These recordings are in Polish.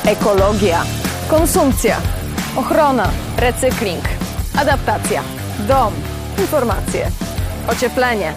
ekologia, konsumpcja, ochrona, recykling, adaptacja, dom, informacje, ocieplenie.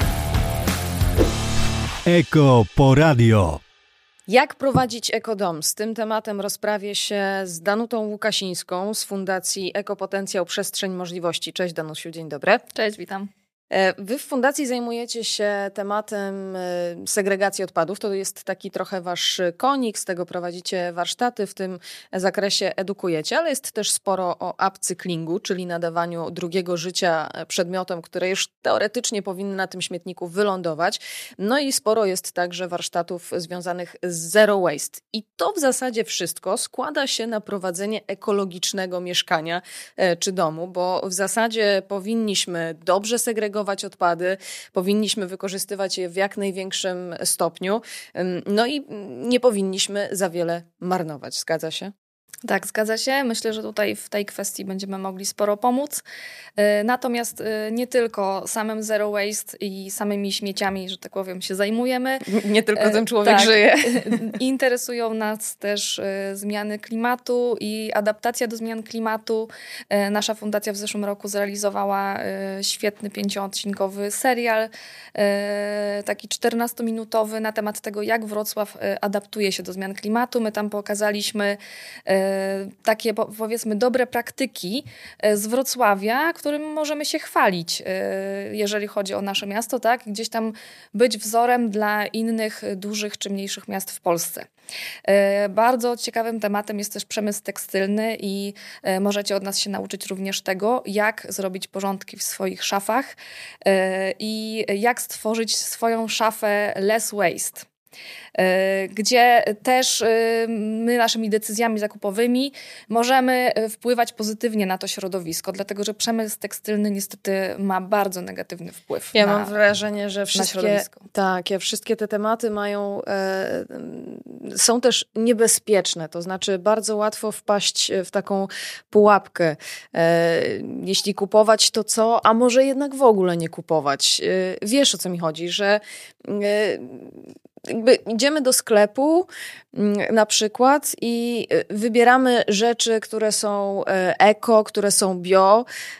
Eko Poradio. Jak prowadzić ekodom? Z tym tematem rozprawię się z Danutą Łukasińską z Fundacji Ekopotencjał Przestrzeń Możliwości. Cześć Danusiu, dzień dobry. Cześć, witam. Wy w fundacji zajmujecie się tematem segregacji odpadów. To jest taki trochę wasz konik, z tego prowadzicie warsztaty, w tym zakresie edukujecie, ale jest też sporo o upcyklingu, czyli nadawaniu drugiego życia przedmiotom, które już teoretycznie powinny na tym śmietniku wylądować. No i sporo jest także warsztatów związanych z zero waste. I to w zasadzie wszystko składa się na prowadzenie ekologicznego mieszkania czy domu, bo w zasadzie powinniśmy dobrze segregować odpady, powinniśmy wykorzystywać je w jak największym stopniu, no i nie powinniśmy za wiele marnować. Zgadza się? Tak, zgadza się. Myślę, że tutaj w tej kwestii będziemy mogli sporo pomóc. Natomiast nie tylko samym zero waste i samymi śmieciami, że tak powiem, się zajmujemy. Nie tylko ten człowiek żyje. Interesują nas też zmiany klimatu i adaptacja do zmian klimatu. Nasza fundacja w zeszłym roku zrealizowała świetny 5-odcinkowy serial, taki 14-minutowy na temat tego, jak Wrocław adaptuje się do zmian klimatu. My tam pokazaliśmy takie, powiedzmy, dobre praktyki z Wrocławia, którym możemy się chwalić, jeżeli chodzi o nasze miasto, tak? Gdzieś tam być wzorem dla innych dużych czy mniejszych miast w Polsce. Bardzo ciekawym tematem jest też przemysł tekstylny i możecie od nas się nauczyć również tego, jak zrobić porządki w swoich szafach i jak stworzyć swoją szafę less waste. Gdzie też my naszymi decyzjami zakupowymi możemy wpływać pozytywnie na to środowisko, dlatego że przemysł tekstylny niestety ma bardzo negatywny wpływ mam wrażenie, że wszystkie te tematy są też niebezpieczne, to znaczy bardzo łatwo wpaść w taką pułapkę. Jeśli kupować, to co? A może jednak w ogóle nie kupować? Wiesz, o co mi chodzi, że jakby idziemy do sklepu na przykład i wybieramy rzeczy, które są eko, które są bio,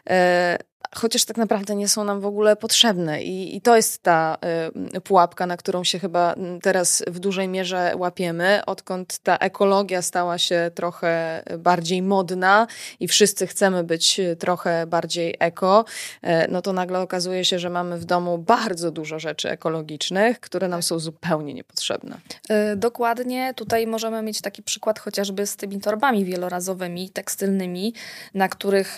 chociaż tak naprawdę nie są nam w ogóle potrzebne. I to jest ta pułapka, na którą się chyba teraz w dużej mierze łapiemy, odkąd ta ekologia stała się trochę bardziej modna i wszyscy chcemy być trochę bardziej eko, no to nagle okazuje się, że mamy w domu bardzo dużo rzeczy ekologicznych, które nam są zupełnie niepotrzebne. Dokładnie. Tutaj możemy mieć taki przykład chociażby z tymi torbami wielorazowymi, tekstylnymi, na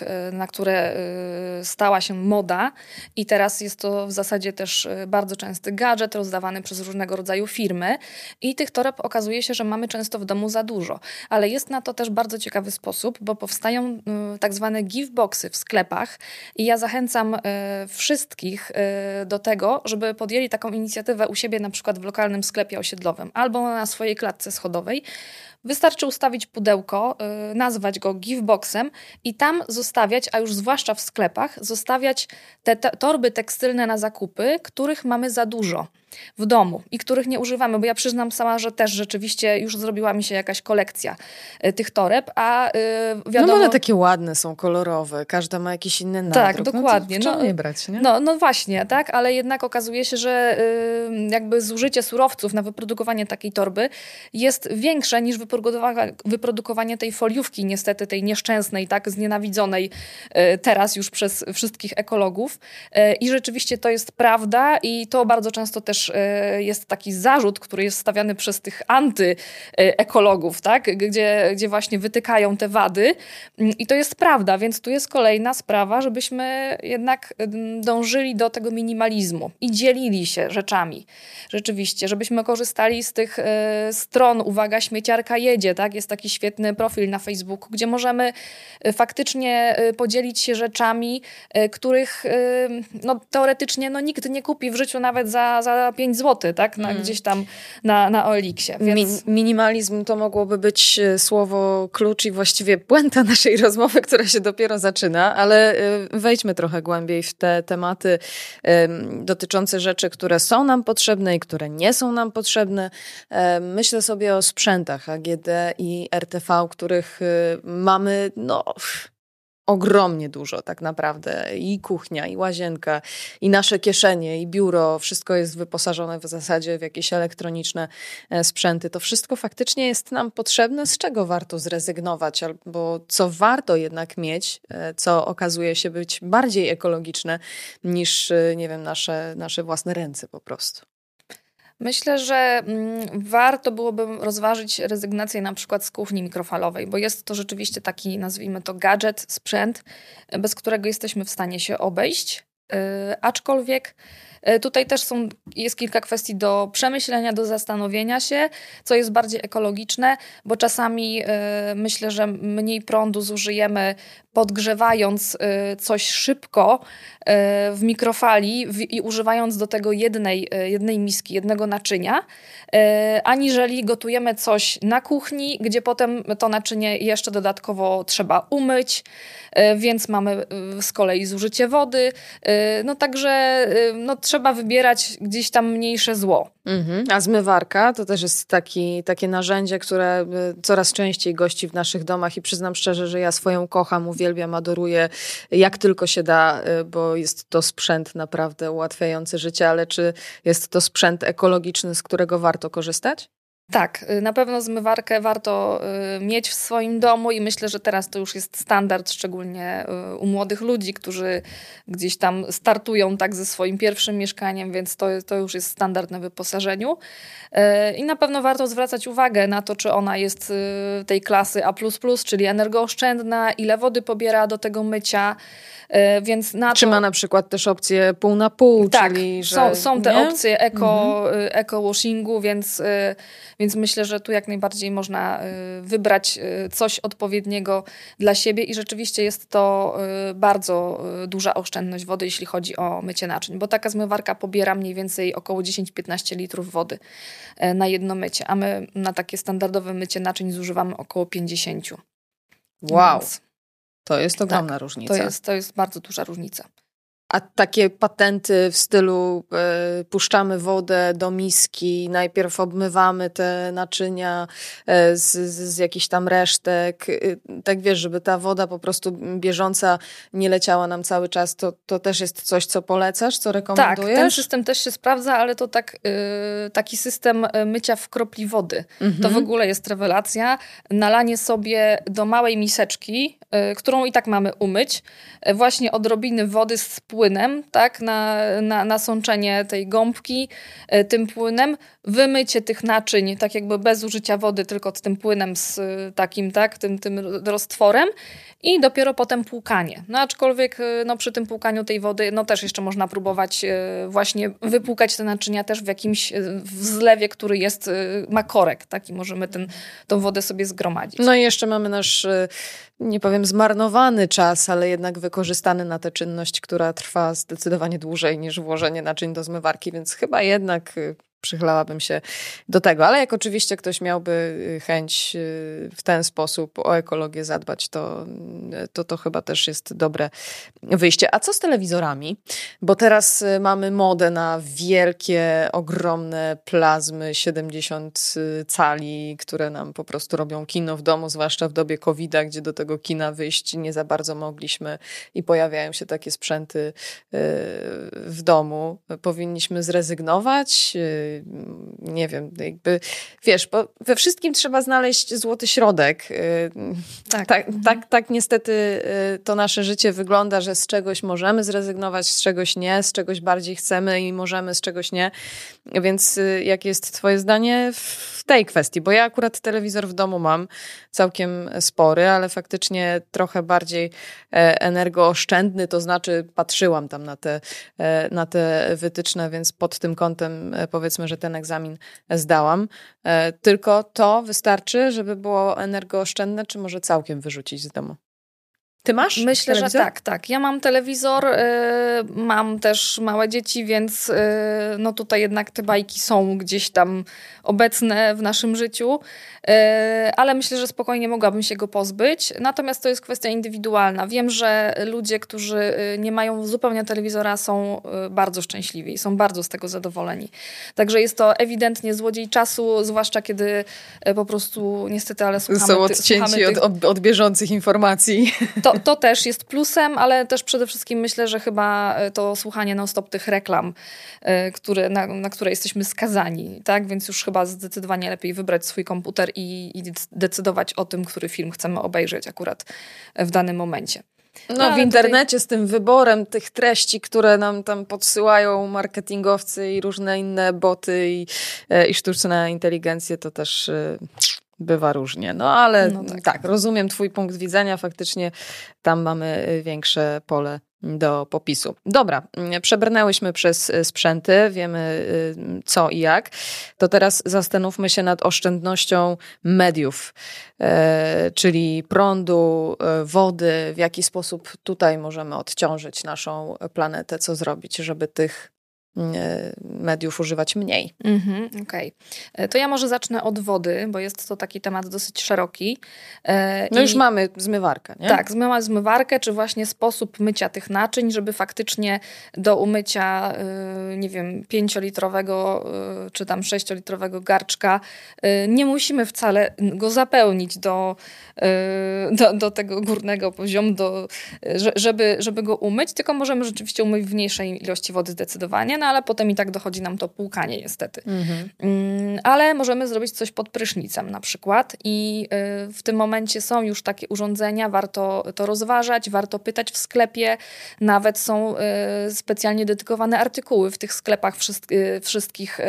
które stała się moda i teraz jest to w zasadzie też bardzo częsty gadżet rozdawany przez różnego rodzaju firmy i tych toreb okazuje się, że mamy często w domu za dużo. Ale jest na to też bardzo ciekawy sposób, bo powstają tak zwane give boxy w sklepach i ja zachęcam wszystkich do tego, żeby podjęli taką inicjatywę u siebie na przykład w lokalnym sklepie osiedlowym albo na swojej klatce schodowej. Wystarczy ustawić pudełko, nazwać go giveboxem i tam zostawiać, a już zwłaszcza w sklepach, zostawiać te torby tekstylne na zakupy, których mamy za dużo w domu i których nie używamy, bo ja przyznam sama, że też rzeczywiście już zrobiła mi się jakaś kolekcja tych toreb, a wiadomo... No one takie ładne są, kolorowe, każda ma jakiś inny nadruk. Tak, dokładnie. No, nie brać, nie? No właśnie, tak, ale jednak okazuje się, że jakby zużycie surowców na wyprodukowanie takiej torby jest większe niż wyprodukowanie tej foliówki, niestety tej nieszczęsnej, tak znienawidzonej teraz już przez wszystkich ekologów. I rzeczywiście to jest prawda i to bardzo często też jest taki zarzut, który jest stawiany przez tych antyekologów, tak? Gdzie właśnie wytykają te wady. I to jest prawda, więc tu jest kolejna sprawa, żebyśmy jednak dążyli do tego minimalizmu i dzielili się rzeczami. Rzeczywiście, żebyśmy korzystali z tych stron, uwaga, śmieciarka jedzie, tak? Jest taki świetny profil na Facebooku, gdzie możemy faktycznie podzielić się rzeczami, których no, teoretycznie nikt nie kupi w życiu nawet za za 5 zł, tak? Gdzieś tam na OLX-ie. Więc... Minimalizm to mogłoby być słowo klucz i właściwie puenta naszej rozmowy, która się dopiero zaczyna, ale wejdźmy trochę głębiej w te tematy dotyczące rzeczy, które są nam potrzebne i które nie są nam potrzebne. Myślę sobie o sprzętach AGD i RTV, których mamy ogromnie dużo tak naprawdę. I kuchnia, i łazienka, i nasze kieszenie, i biuro. Wszystko jest wyposażone w zasadzie w jakieś elektroniczne sprzęty. To wszystko faktycznie jest nam potrzebne. Z czego warto zrezygnować? Albo co warto jednak mieć, co okazuje się być bardziej ekologiczne niż, nie wiem, nasze własne ręce po prostu. Myślę, że warto byłoby rozważyć rezygnację na przykład z kuchni mikrofalowej, bo jest to rzeczywiście taki, nazwijmy to gadżet, sprzęt, bez którego jesteśmy w stanie się obejść, aczkolwiek tutaj też jest kilka kwestii do przemyślenia, do zastanowienia się, co jest bardziej ekologiczne, bo czasami myślę, że mniej prądu zużyjemy podgrzewając coś szybko w mikrofali i używając do tego jednej miski, jednego naczynia, aniżeli gotujemy coś na kuchni, gdzie potem to naczynie jeszcze dodatkowo trzeba umyć, więc mamy z kolei zużycie wody. Także trzeba wybierać gdzieś tam mniejsze zło. A zmywarka to też jest takie narzędzie, które coraz częściej gości w naszych domach i przyznam szczerze, że ja swoją kocham, uwielbiam, adoruję jak tylko się da, bo jest to sprzęt naprawdę ułatwiający życie, ale czy jest to sprzęt ekologiczny, z którego warto korzystać? Tak, na pewno zmywarkę warto mieć w swoim domu i myślę, że teraz to już jest standard, szczególnie u młodych ludzi, którzy gdzieś tam startują tak ze swoim pierwszym mieszkaniem, więc to już jest standard na wyposażeniu. I na pewno warto zwracać uwagę na to, czy ona jest tej klasy A++, czyli energooszczędna, ile wody pobiera do tego mycia. Więc czy ma na przykład też opcję pół na pół? Tak, czyli, że są te opcje eco-washingu, więc myślę, że tu jak najbardziej można wybrać coś odpowiedniego dla siebie i rzeczywiście jest to bardzo duża oszczędność wody, jeśli chodzi o mycie naczyń, bo taka zmywarka pobiera mniej więcej około 10-15 litrów wody na jedno mycie, a my na takie standardowe mycie naczyń zużywamy około 50. Wow, to jest ogromna różnica. To jest bardzo duża różnica. A takie patenty w stylu puszczamy wodę do miski, najpierw obmywamy te naczynia z jakichś tam resztek, tak wiesz, żeby ta woda po prostu bieżąca nie leciała nam cały czas, to też jest coś, co polecasz, co rekomendujesz? Tak, ten system też się sprawdza, ale to taki system mycia w kropli wody. To w ogóle jest rewelacja. Nalanie sobie do małej miseczki, którą i tak mamy umyć, właśnie odrobiny wody z płynem, tak, na nasączenie tej gąbki tym płynem, wymycie tych naczyń, tak jakby bez użycia wody, tylko z tym płynem, z takim, tak, tym roztworem i dopiero potem płukanie. Aczkolwiek przy tym płukaniu tej wody, też jeszcze można próbować właśnie wypłukać te naczynia też w jakimś zlewie, który ma korek, tak, i możemy tą wodę sobie zgromadzić. I jeszcze mamy nasz, nie powiem zmarnowany czas, ale jednak wykorzystany na tę czynność, która trwa zdecydowanie dłużej niż włożenie naczyń do zmywarki, więc chyba jednak przychlałabym się do tego. Ale jak oczywiście ktoś miałby chęć w ten sposób o ekologię zadbać, to chyba też jest dobre wyjście. A co z telewizorami? Bo teraz mamy modę na wielkie, ogromne plazmy 70 cali, które nam po prostu robią kino w domu, zwłaszcza w dobie COVID-a, gdzie do tego kina wyjść nie za bardzo mogliśmy i pojawiają się takie sprzęty w domu. Powinniśmy zrezygnować? Nie wiem, jakby, wiesz, bo we wszystkim trzeba znaleźć złoty środek. Tak niestety to nasze życie wygląda, że z czegoś możemy zrezygnować, z czegoś nie, z czegoś bardziej chcemy i możemy, z czegoś nie. Więc jakie jest twoje zdanie w tej kwestii? Bo ja akurat telewizor w domu mam całkiem spory, ale faktycznie trochę bardziej energooszczędny, to znaczy patrzyłam tam na te wytyczne, więc pod tym kątem powiedzmy, że ten egzamin zdałam. Tylko to wystarczy, żeby było energooszczędne, czy może całkiem wyrzucić z domu? Ty masz Myślę, telewizor? że tak. Ja mam telewizor, mam też małe dzieci, więc no tutaj jednak te bajki są gdzieś tam obecne w naszym życiu, ale myślę, że spokojnie mogłabym się go pozbyć. Natomiast to jest kwestia indywidualna. Wiem, że ludzie, którzy nie mają zupełnie telewizora, są bardzo szczęśliwi i są bardzo z tego zadowoleni. Także jest to ewidentnie złodziej czasu, zwłaszcza kiedy po prostu niestety, ale są odcięci od bieżących informacji. To też jest plusem, ale też przede wszystkim myślę, że chyba to słuchanie non-stop tych reklam, na które jesteśmy skazani, tak? Więc już chyba zdecydowanie lepiej wybrać swój komputer i decydować o tym, który film chcemy obejrzeć akurat w danym momencie. No w internecie z tym wyborem tych treści, które nam tam podsyłają marketingowcy i różne inne boty i sztuczna inteligencja, to też bywa różnie. No ale tak, rozumiem twój punkt widzenia. Faktycznie tam mamy większe pole do popisu. Dobra, przebrnęłyśmy przez sprzęty, wiemy co i jak. To teraz zastanówmy się nad oszczędnością mediów, czyli prądu, wody. W jaki sposób tutaj możemy odciążyć naszą planetę, co zrobić, żeby tych mediów używać mniej. Okej. To ja może zacznę od wody, bo jest to taki temat dosyć szeroki. Już mamy zmywarkę, nie? Tak, mamy zmywarkę, czy właśnie sposób mycia tych naczyń, żeby faktycznie do umycia, nie wiem, 5-litrowego czy tam 6-litrowego garczka nie musimy wcale go zapełnić do tego górnego poziomu, żeby go umyć, tylko możemy rzeczywiście umyć w mniejszej ilości wody zdecydowanie, no ale potem i tak dochodzi nam to płukanie niestety. Ale możemy zrobić coś pod prysznicem na przykład i w tym momencie są już takie urządzenia, warto to rozważać, warto pytać w sklepie, nawet są specjalnie dedykowane artykuły w tych sklepach wszystkich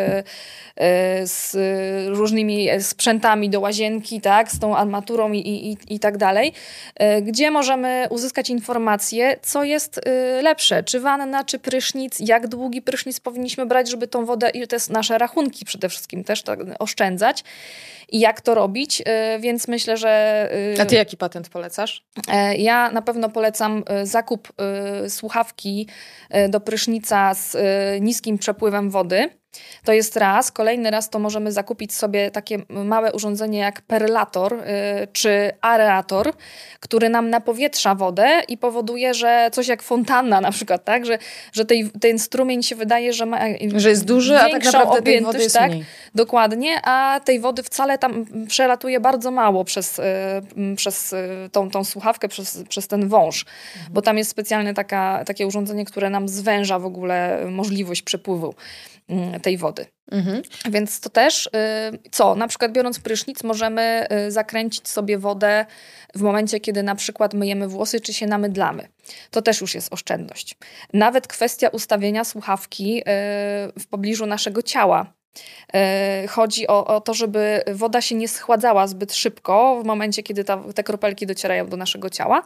z różnymi sprzętami do łazienki, tak, z tą armaturą i tak dalej, gdzie możemy uzyskać informacje, co jest lepsze, czy wanna, czy prysznic, jak długi prysznic powinniśmy brać, żeby tą wodę i te nasze rachunki przede wszystkim też tak oszczędzać i jak to robić, więc myślę, że... A ty jaki patent polecasz? Ja na pewno polecam zakup słuchawki do prysznica z niskim przepływem wody. To jest raz. Kolejny raz to możemy zakupić sobie takie małe urządzenie jak perlator czy aerator, który nam napowietrza wodę i powoduje, że coś jak fontanna na przykład, tak? Że ten strumień się wydaje, że ma jest duży, a tak naprawdę tej wody jest tak? mniej. Dokładnie, a tej wody wcale tam przelatuje bardzo mało przez tą słuchawkę, przez ten wąż, bo tam jest specjalne takie urządzenie, które nam zwęża w ogóle możliwość przepływu tej wody. Więc to też, na przykład biorąc prysznic, możemy zakręcić sobie wodę w momencie, kiedy na przykład myjemy włosy, czy się namydlamy. To też już jest oszczędność. Nawet kwestia ustawienia słuchawki w pobliżu naszego ciała. Chodzi o to, żeby woda się nie schładzała zbyt szybko w momencie, kiedy te kropelki docierają do naszego ciała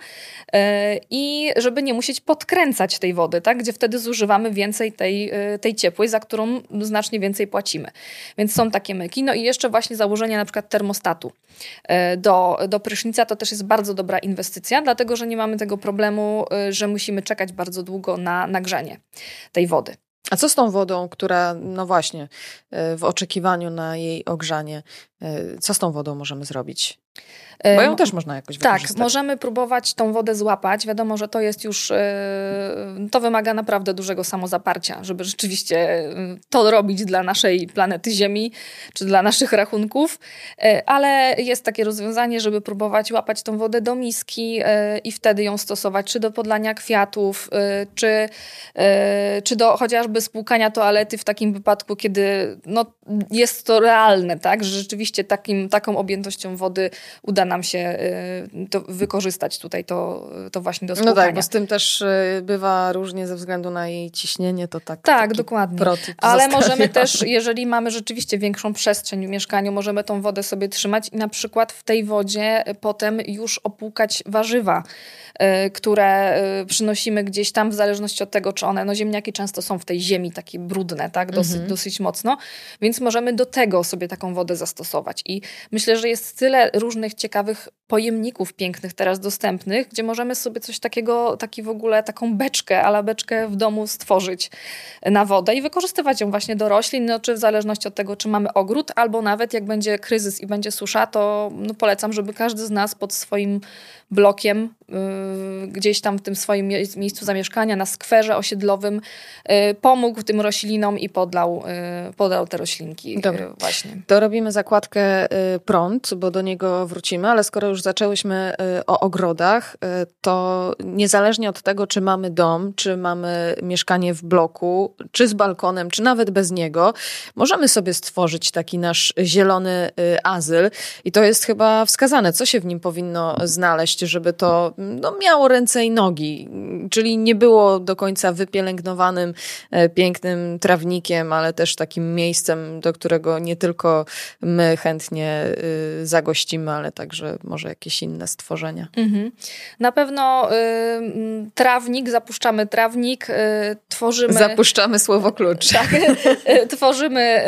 i żeby nie musieć podkręcać tej wody, tak? Gdzie wtedy zużywamy więcej tej ciepłej, za którą znacznie więcej płacimy. Więc są takie myki. No i jeszcze właśnie założenie na przykład termostatu do prysznica to też jest bardzo dobra inwestycja, dlatego że nie mamy tego problemu, że musimy czekać bardzo długo na nagrzanie tej wody. A co z tą wodą, która, no właśnie, w oczekiwaniu na jej ogrzanie, co z tą wodą możemy zrobić? Bo ją też można jakoś wykorzystać. Tak, możemy próbować tą wodę złapać. Wiadomo, że to jest już, to wymaga naprawdę dużego samozaparcia, żeby rzeczywiście to robić dla naszej planety Ziemi, czy dla naszych rachunków. Ale jest takie rozwiązanie, żeby próbować łapać tą wodę do miski i wtedy ją stosować, czy do podlania kwiatów, czy do chociażby spłukania toalety w takim wypadku, kiedy jest to realne, tak, że rzeczywiście taką objętością wody uda nam się to wykorzystać tutaj to właśnie do spłukania. No tak, bo z tym też bywa różnie ze względu na jej ciśnienie, to tak. Tak, dokładnie. Ale możemy też, jeżeli mamy rzeczywiście większą przestrzeń w mieszkaniu, możemy tą wodę sobie trzymać i na przykład w tej wodzie potem już opłukać warzywa, które przynosimy gdzieś tam, w zależności od tego, czy one, ziemniaki często są w tej ziemi takie brudne, tak, dosyć mocno, więc możemy do tego sobie taką wodę zastosować. I myślę, że jest tyle różnych ciekawych pojemników pięknych teraz dostępnych, gdzie możemy sobie coś takiego, w ogóle taką beczkę, a la beczkę w domu stworzyć na wodę i wykorzystywać ją właśnie do roślin, no, czy w zależności od tego, czy mamy ogród, albo nawet jak będzie kryzys i będzie susza, to polecam, żeby każdy z nas pod swoim blokiem, gdzieś tam w tym swoim miejscu zamieszkania, na skwerze osiedlowym pomógł tym roślinom i podlał te roślinki. Dobra. Właśnie. To robimy zakładkę prąd, bo do niego wrócimy, ale skoro już zaczęłyśmy o ogrodach, to niezależnie od tego, czy mamy dom, czy mamy mieszkanie w bloku, czy z balkonem, czy nawet bez niego, możemy sobie stworzyć taki nasz zielony azyl i to jest chyba wskazane, co się w nim powinno znaleźć, żeby to miało ręce i nogi, czyli nie było do końca wypielęgnowanym, pięknym trawnikiem, ale też takim miejscem, do którego nie tylko my chętnie zagościmy, ale także może jakieś inne stworzenia. Mhm. Na pewno trawnik, zapuszczamy trawnik, tworzymy... Zapuszczamy słowo klucz. Tak, tworzymy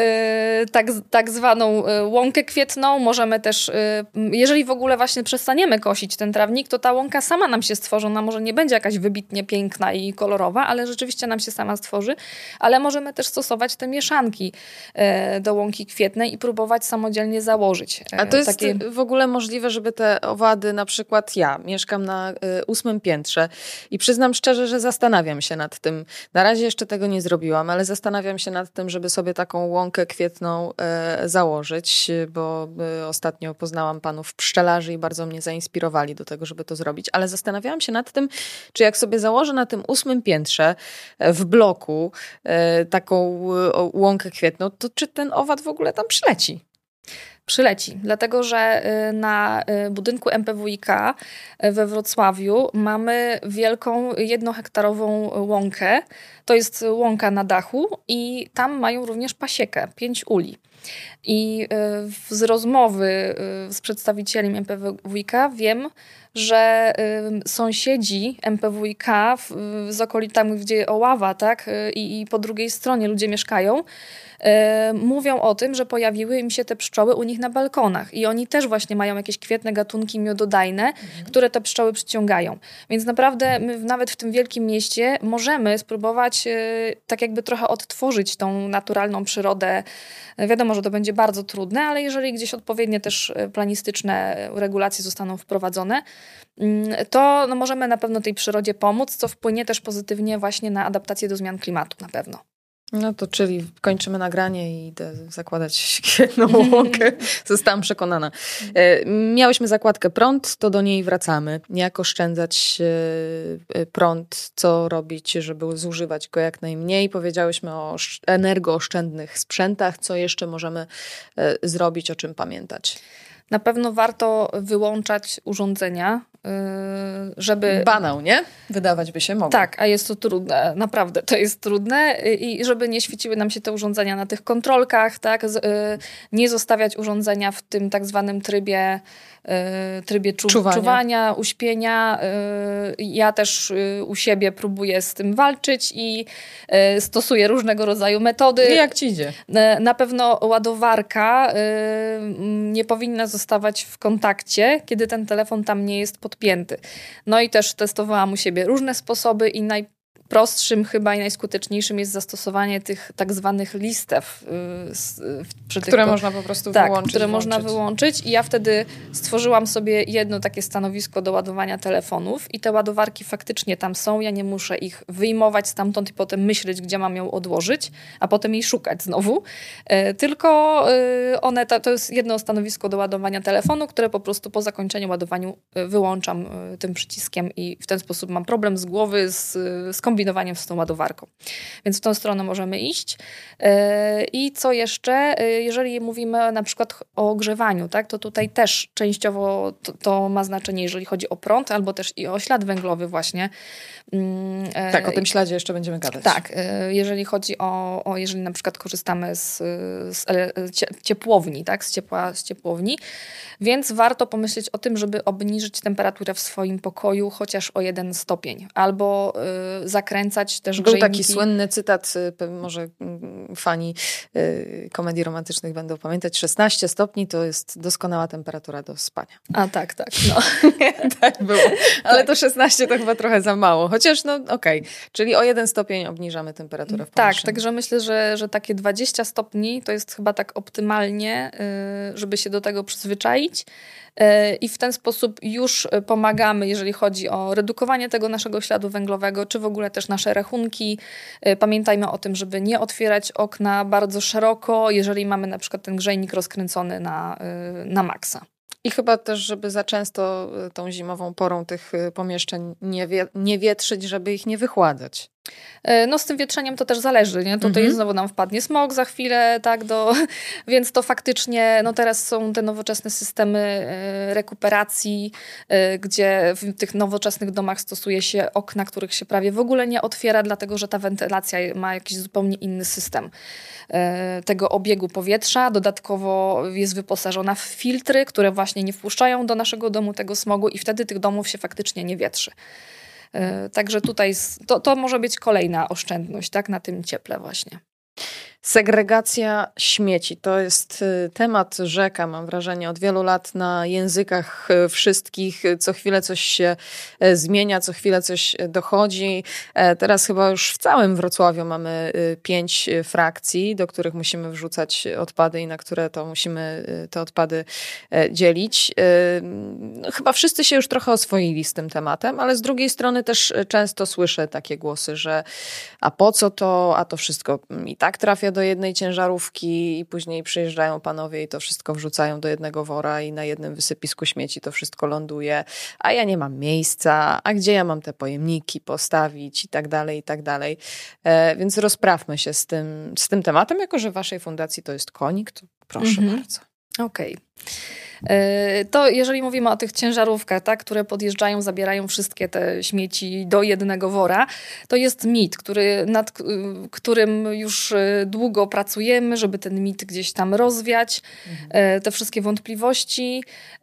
tak zwaną łąkę kwietną. Możemy też, jeżeli w ogóle właśnie przestaniemy kosić ten trawnik, to ta łąka sama nam się stworzy. Ona może nie będzie jakaś wybitnie piękna i kolorowa, ale rzeczywiście nam się sama stworzy. Ale możemy też stosować te mieszanki do łąki kwietnej i próbować samodzielnie założyć. A to jest w ogóle możliwe, żeby te owady, na przykład ja mieszkam na 8. piętrze i przyznam szczerze, że zastanawiam się nad tym. Na razie jeszcze tego nie zrobiłam, ale zastanawiam się nad tym, żeby sobie taką łąkę kwietną założyć, bo ostatnio poznałam panów pszczelarzy i bardzo mnie zainspirowali do tego, żeby to zrobić. Ale zastanawiałam się nad tym, czy jak sobie założę na tym 8. piętrze w bloku taką łąkę kwietną, to czy ten owad w ogóle tam przyleci? Przyleci, dlatego że na budynku MPWiK we Wrocławiu mamy wielką 1-hektarową łąkę. To jest łąka na dachu i tam mają również pasiekę, 5 uli. I z rozmowy z przedstawicielem MPWiK wiem, że sąsiedzi MPWiK z okolicami, gdzie Oława, tak, i po drugiej stronie ludzie mieszkają, mówią o tym, że pojawiły im się te pszczoły u nich na balkonach i oni też właśnie mają jakieś kwietne gatunki miododajne, które te pszczoły przyciągają. Więc naprawdę my nawet w tym wielkim mieście możemy spróbować tak jakby trochę odtworzyć tą naturalną przyrodę. Wiadomo, że to będzie bardzo trudne, ale jeżeli gdzieś odpowiednie też planistyczne regulacje zostaną wprowadzone, to możemy na pewno tej przyrodzie pomóc, co wpłynie też pozytywnie właśnie na adaptację do zmian klimatu na pewno. No to czyli kończymy nagranie i idę zakładać kwietną łąkę. Zostałam przekonana. Miałyśmy zakładkę prąd, to do niej wracamy. Jak oszczędzać prąd, co robić, żeby zużywać go jak najmniej. Powiedziałyśmy o energooszczędnych sprzętach. Co jeszcze możemy zrobić, o czym pamiętać? Na pewno warto wyłączać urządzenia, żeby... Banał, nie? Wydawać by się mogło. Tak, a jest to trudne, naprawdę to jest trudne i żeby nie świeciły nam się te urządzenia na tych kontrolkach, tak? Nie zostawiać urządzenia w tym tak zwanym trybie czuwania, uśpienia. Ja też u siebie próbuję z tym walczyć i stosuję różnego rodzaju metody. I jak ci idzie? Na pewno ładowarka nie powinna zostawać w kontakcie, kiedy ten telefon tam nie jest podpięty. No i też testowałam u siebie różne sposoby i najprostszym chyba i najskuteczniejszym jest zastosowanie tych tak zwanych listew. Które można po prostu wyłączyć. Które można wyłączyć i ja wtedy stworzyłam sobie jedno takie stanowisko do ładowania telefonów i te ładowarki faktycznie tam są, ja nie muszę ich wyjmować stamtąd i potem myśleć, gdzie mam ją odłożyć, a potem jej szukać znowu. Tylko one, to jest jedno stanowisko do ładowania telefonu, które po prostu po zakończeniu ładowania wyłączam tym przyciskiem i w ten sposób mam problem z głowy z kombinowaniem z tą ładowarką. Więc w tą stronę możemy iść. I co jeszcze? Jeżeli mówimy na przykład o ogrzewaniu, tak, to tutaj też częściowo to ma znaczenie, jeżeli chodzi o prąd, albo też i o ślad węglowy właśnie. Tak, o tym śladzie jeszcze będziemy gadać. Tak, jeżeli chodzi jeżeli na przykład korzystamy z ciepłowni, tak, z ciepłowni, więc warto pomyśleć o tym, żeby obniżyć temperaturę w swoim pokoju chociaż o 1 stopień, albo zakręcać też Był grzejniki. taki słynny cytat, może fani komedii romantycznych będą pamiętać, 16 stopni to jest doskonała temperatura do spania. A tak. No. Tak było. Ale to 16 to chyba trochę za mało. Chociaż okej. Czyli o 1 stopień obniżamy temperaturę w pomieszczeniu. Tak, także myślę, że takie 20 stopni to jest chyba tak optymalnie, żeby się do tego przyzwyczaić. I w ten sposób już pomagamy, jeżeli chodzi o redukowanie tego naszego śladu węglowego, czy w ogóle też nasze rachunki. Pamiętajmy o tym, żeby nie otwierać okna bardzo szeroko, jeżeli mamy na przykład ten grzejnik rozkręcony na maksa. I chyba też, żeby za często tą zimową porą tych pomieszczeń nie wietrzyć, żeby ich nie wychładzać. No z tym wietrzeniem to też zależy, nie? Tutaj znowu nam wpadnie smog za chwilę, tak, więc to faktycznie, no teraz są te nowoczesne systemy rekuperacji, gdzie w tych nowoczesnych domach stosuje się okna, których się prawie w ogóle nie otwiera, dlatego że ta wentylacja ma jakiś zupełnie inny system tego obiegu powietrza. Dodatkowo jest wyposażona w filtry, które właśnie nie wpuszczają do naszego domu tego smogu i wtedy tych domów się faktycznie nie wietrzy. Także tutaj to może być kolejna oszczędność, tak, na tym cieple właśnie. Segregacja śmieci to jest temat rzeka, mam wrażenie, od wielu lat na językach wszystkich. Co chwilę coś się zmienia, co chwilę coś dochodzi. Teraz chyba już w całym Wrocławiu mamy 5 frakcji, do których musimy wrzucać odpady i na które to musimy te odpady dzielić. Chyba wszyscy się już trochę oswoili z tym tematem, ale z drugiej strony też często słyszę takie głosy, że a po co to, a to wszystko i tak trafia do jednej ciężarówki i później przyjeżdżają panowie i to wszystko wrzucają do jednego wora i na jednym wysypisku śmieci to wszystko ląduje, a ja nie mam miejsca, a gdzie ja mam te pojemniki postawić i tak dalej, i tak dalej. Więc rozprawmy się z tym tematem, jako że w waszej fundacji to jest konik, to proszę bardzo. Okej. To jeżeli mówimy o tych ciężarówkach, tak, które podjeżdżają, zabierają wszystkie te śmieci do jednego wora, to jest mit, nad którym już długo pracujemy, żeby ten mit gdzieś tam rozwiać, te wszystkie wątpliwości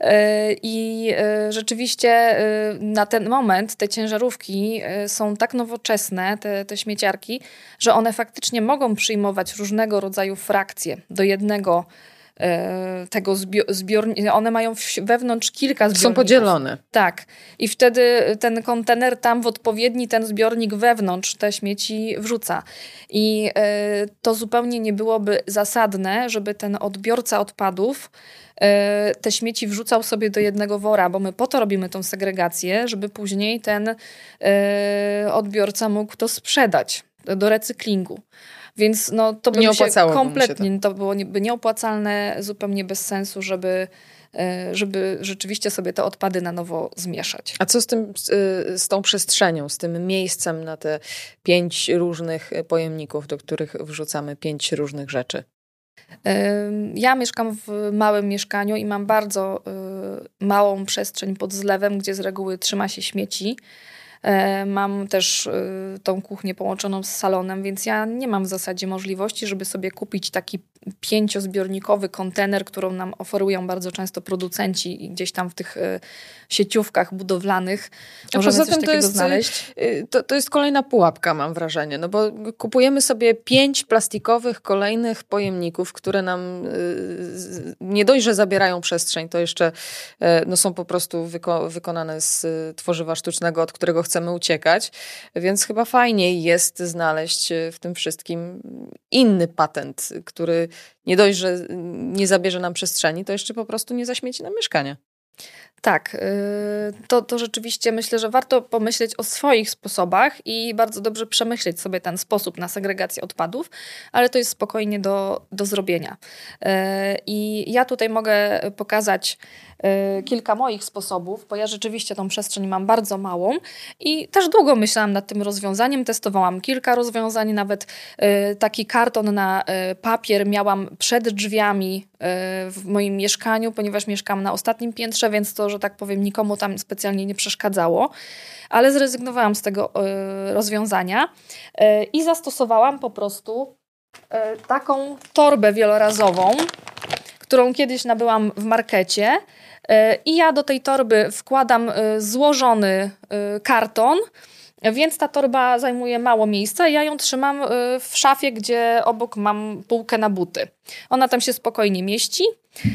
i rzeczywiście na ten moment te ciężarówki są tak nowoczesne, te śmieciarki, że one faktycznie mogą przyjmować różnego rodzaju frakcje do jednego tego zbiornika. One mają wewnątrz kilka zbiorników. Są podzielone. Tak. I wtedy ten kontener tam w odpowiedni ten zbiornik wewnątrz te śmieci wrzuca. I to zupełnie nie byłoby zasadne, żeby ten odbiorca odpadów te śmieci wrzucał sobie do jednego wora, bo my po to robimy tą segregację, żeby później ten odbiorca mógł to sprzedać do recyklingu. Więc no, to by nie się kompletnie, to byłoby nieopłacalne, zupełnie bez sensu, żeby rzeczywiście sobie te odpady na nowo zmieszać. A co z tą przestrzenią, z tym miejscem na te 5 różnych pojemników, do których wrzucamy 5 różnych rzeczy? Ja mieszkam w małym mieszkaniu i mam bardzo małą przestrzeń pod zlewem, gdzie z reguły trzyma się śmieci. Mam też tą kuchnię połączoną z salonem, więc ja nie mam w zasadzie możliwości, żeby sobie kupić taki 5-zbiornikowy kontener, którą nam oferują bardzo często producenci i gdzieś tam w tych sieciówkach budowlanych możemy coś takiego znaleźć. To jest kolejna pułapka, mam wrażenie, no bo kupujemy sobie 5 plastikowych kolejnych pojemników, które nam nie dość, że zabierają przestrzeń, to jeszcze są po prostu wykonane z tworzywa sztucznego, od którego chcemy uciekać, więc chyba fajniej jest znaleźć w tym wszystkim inny patent, który nie dość, że nie zabierze nam przestrzeni, to jeszcze po prostu nie zaśmieci nam mieszkania. Tak, to rzeczywiście myślę, że warto pomyśleć o swoich sposobach i bardzo dobrze przemyśleć sobie ten sposób na segregację odpadów, ale to jest spokojnie do zrobienia. I ja tutaj mogę pokazać kilka moich sposobów, bo ja rzeczywiście tą przestrzeń mam bardzo małą i też długo myślałam nad tym rozwiązaniem, testowałam kilka rozwiązań, nawet taki karton na papier miałam przed drzwiami w moim mieszkaniu, ponieważ mieszkam na ostatnim piętrze, więc to, że tak powiem, nikomu tam specjalnie nie przeszkadzało, ale zrezygnowałam z tego rozwiązania i zastosowałam po prostu taką torbę wielorazową, którą kiedyś nabyłam w markecie i ja do tej torby wkładam złożony karton, Więc ta torba zajmuje mało miejsca. Ja ją trzymam w szafie, gdzie obok mam półkę na buty. Ona tam się spokojnie mieści.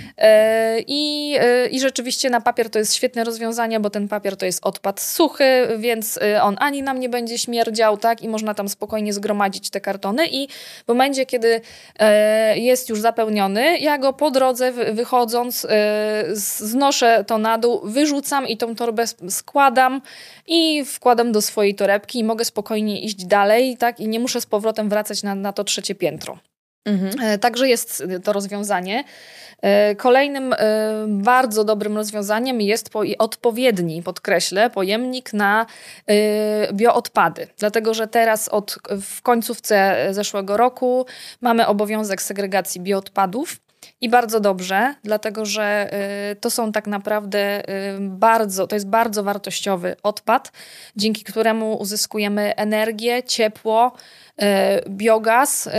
I rzeczywiście na papier to jest świetne rozwiązanie, bo ten papier to jest odpad suchy, więc on ani nam nie będzie śmierdział, tak? I można tam spokojnie zgromadzić te kartony i w momencie, kiedy jest już zapełniony, ja go po drodze wychodząc znoszę to na dół, wyrzucam i tą torbę składam i wkładam do swojej torebki i mogę spokojnie iść dalej, tak? I nie muszę z powrotem wracać na to 3. piętro. Także jest to rozwiązanie. Kolejnym bardzo dobrym rozwiązaniem jest odpowiedni, podkreślę, pojemnik na bioodpady. Dlatego, że teraz w końcówce zeszłego roku mamy obowiązek segregacji bioodpadów. I bardzo dobrze, dlatego że to są tak naprawdę to jest bardzo wartościowy odpad, dzięki któremu uzyskujemy energię, ciepło, biogaz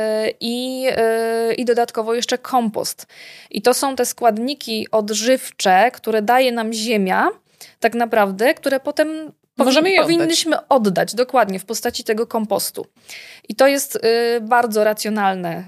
i dodatkowo jeszcze kompost. I to są te składniki odżywcze, które daje nam ziemia, tak naprawdę, które potem powinniśmy oddać dokładnie w postaci tego kompostu. I to jest bardzo racjonalne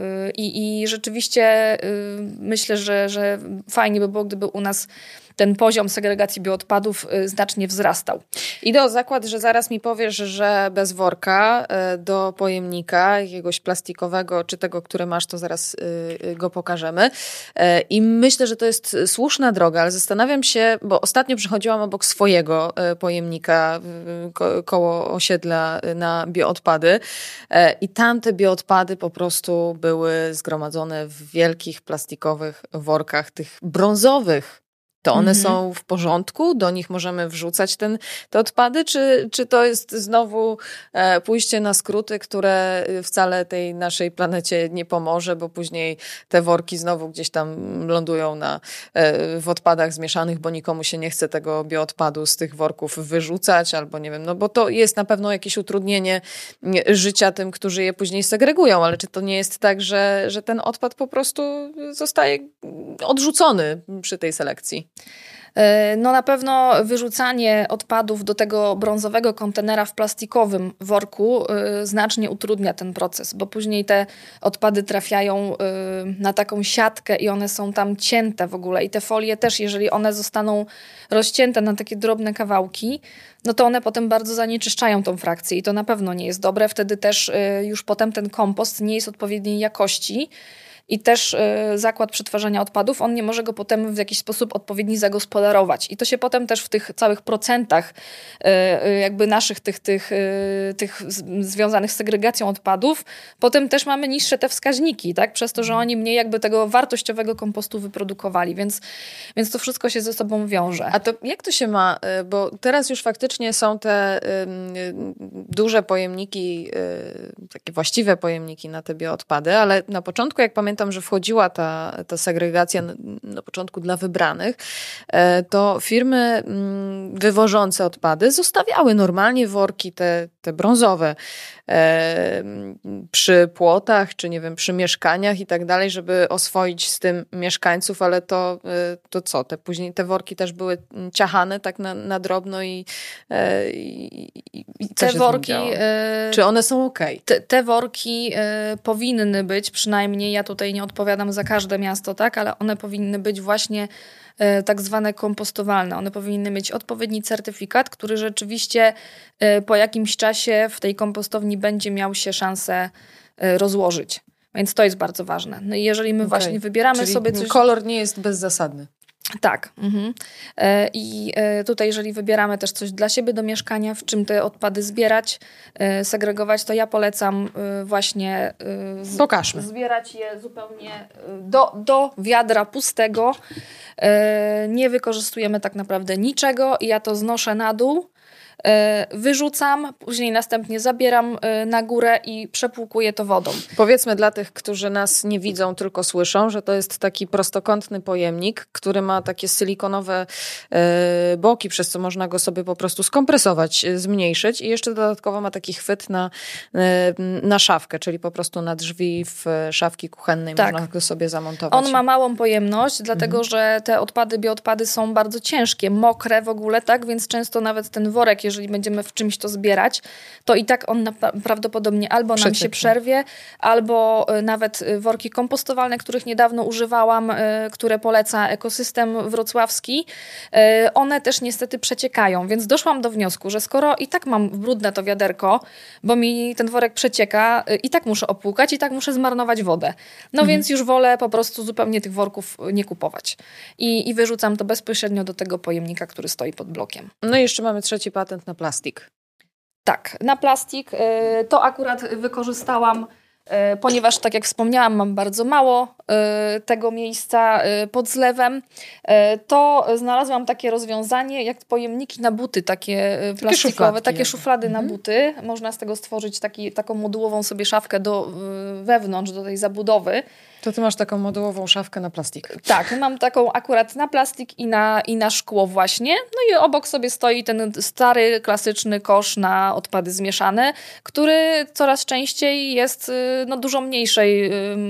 i rzeczywiście myślę, że fajnie by było, gdyby u nas ten poziom segregacji bioodpadów znacznie wzrastał. Idę o zakład, że zaraz mi powiesz, że bez worka do pojemnika jakiegoś plastikowego, czy tego, które masz, to zaraz go pokażemy. I myślę, że to jest słuszna droga, ale zastanawiam się, bo ostatnio przechodziłam obok swojego pojemnika koło osiedla na bioodpady i tam te bioodpady po prostu były zgromadzone w wielkich plastikowych workach, tych brązowych. To one są w porządku? Do nich możemy wrzucać te odpady? Czy to jest znowu pójście na skróty, które wcale tej naszej planecie nie pomoże, bo później te worki znowu gdzieś tam lądują w odpadach zmieszanych, bo nikomu się nie chce tego bioodpadu z tych worków wyrzucać, albo nie wiem, no bo to jest na pewno jakieś utrudnienie życia tym, którzy je później segregują, ale czy to nie jest tak, że ten odpad po prostu zostaje odrzucony przy tej selekcji? No na pewno wyrzucanie odpadów do tego brązowego kontenera w plastikowym worku znacznie utrudnia ten proces, bo później te odpady trafiają na taką siatkę i one są tam cięte w ogóle i te folie też, jeżeli one zostaną rozcięte na takie drobne kawałki, no to one potem bardzo zanieczyszczają tą frakcję i to na pewno nie jest dobre. Wtedy też już potem ten kompost nie jest odpowiedniej jakości. I też zakład przetwarzania odpadów, on nie może go potem w jakiś sposób odpowiedni zagospodarować. I to się potem też w tych całych procentach jakby naszych tych związanych z segregacją odpadów, potem też mamy niższe te wskaźniki, tak? Przez to, że oni mniej jakby tego wartościowego kompostu wyprodukowali, więc to wszystko się ze sobą wiąże. A to jak to się ma, bo teraz już faktycznie są te duże pojemniki, takie właściwe pojemniki na te bioodpady, ale na początku, jak pamiętam, że wchodziła ta segregacja na początku dla wybranych, to firmy wywożące odpady zostawiały normalnie worki te brązowe przy płotach, czy nie wiem, przy mieszkaniach i tak dalej, żeby oswoić z tym mieszkańców, ale to co? Później te worki też były ciachane tak na drobno i te worki, czy one są okej? Te worki powinny być, przynajmniej ja tutaj nie odpowiadam za każde miasto, tak, ale one powinny być właśnie tak zwane kompostowalne. One powinny mieć odpowiedni certyfikat, który rzeczywiście po jakimś czasie w tej kompostowni będzie miał się szansę rozłożyć. Więc to jest bardzo ważne. No i jeżeli my właśnie wybieramy czyli sobie coś... kolor nie jest bezzasadny. Tak. I tutaj jeżeli wybieramy też coś dla siebie do mieszkania, w czym te odpady zbierać, segregować, to ja polecam właśnie zbierać je zupełnie do wiadra pustego. Nie wykorzystujemy tak naprawdę niczego i ja to znoszę na dół. Wyrzucam, później następnie zabieram na górę i przepłukuję to wodą. Powiedzmy dla tych, którzy nas nie widzą, tylko słyszą, że to jest taki prostokątny pojemnik, który ma takie silikonowe boki, przez co można go sobie po prostu skompresować, zmniejszyć i jeszcze dodatkowo ma taki chwyt na szafkę, czyli po prostu na drzwi w szafki kuchennej można go sobie zamontować. On ma małą pojemność, dlatego że te bioodpady są bardzo ciężkie, mokre w ogóle, tak, więc często nawet ten worek, jeżeli jeżeli będziemy w czymś to zbierać, to i tak on prawdopodobnie albo nam się przerwie, albo nawet worki kompostowalne, których niedawno używałam, które poleca ekosystem wrocławski, one też niestety przeciekają, więc doszłam do wniosku, że skoro i tak mam brudne to wiaderko, bo mi ten worek przecieka, i tak muszę opłukać, i tak muszę zmarnować wodę. Więc już wolę po prostu zupełnie tych worków nie kupować. I wyrzucam to bezpośrednio do tego pojemnika, który stoi pod blokiem. No i jeszcze mamy 3. patent na plastik. Tak, na plastik to akurat wykorzystałam, ponieważ tak jak wspomniałam, mam bardzo mało tego miejsca pod zlewem, to znalazłam takie rozwiązanie jak pojemniki na buty, takie plastikowe, takie szuflady na buty. Można z tego stworzyć taką modułową sobie szafkę wewnątrz do tej zabudowy. To ty masz taką modułową szafkę na plastik. Tak, mam taką akurat na plastik i na szkło właśnie. No i obok sobie stoi ten stary, klasyczny kosz na odpady zmieszane, który coraz częściej jest dużo mniejszej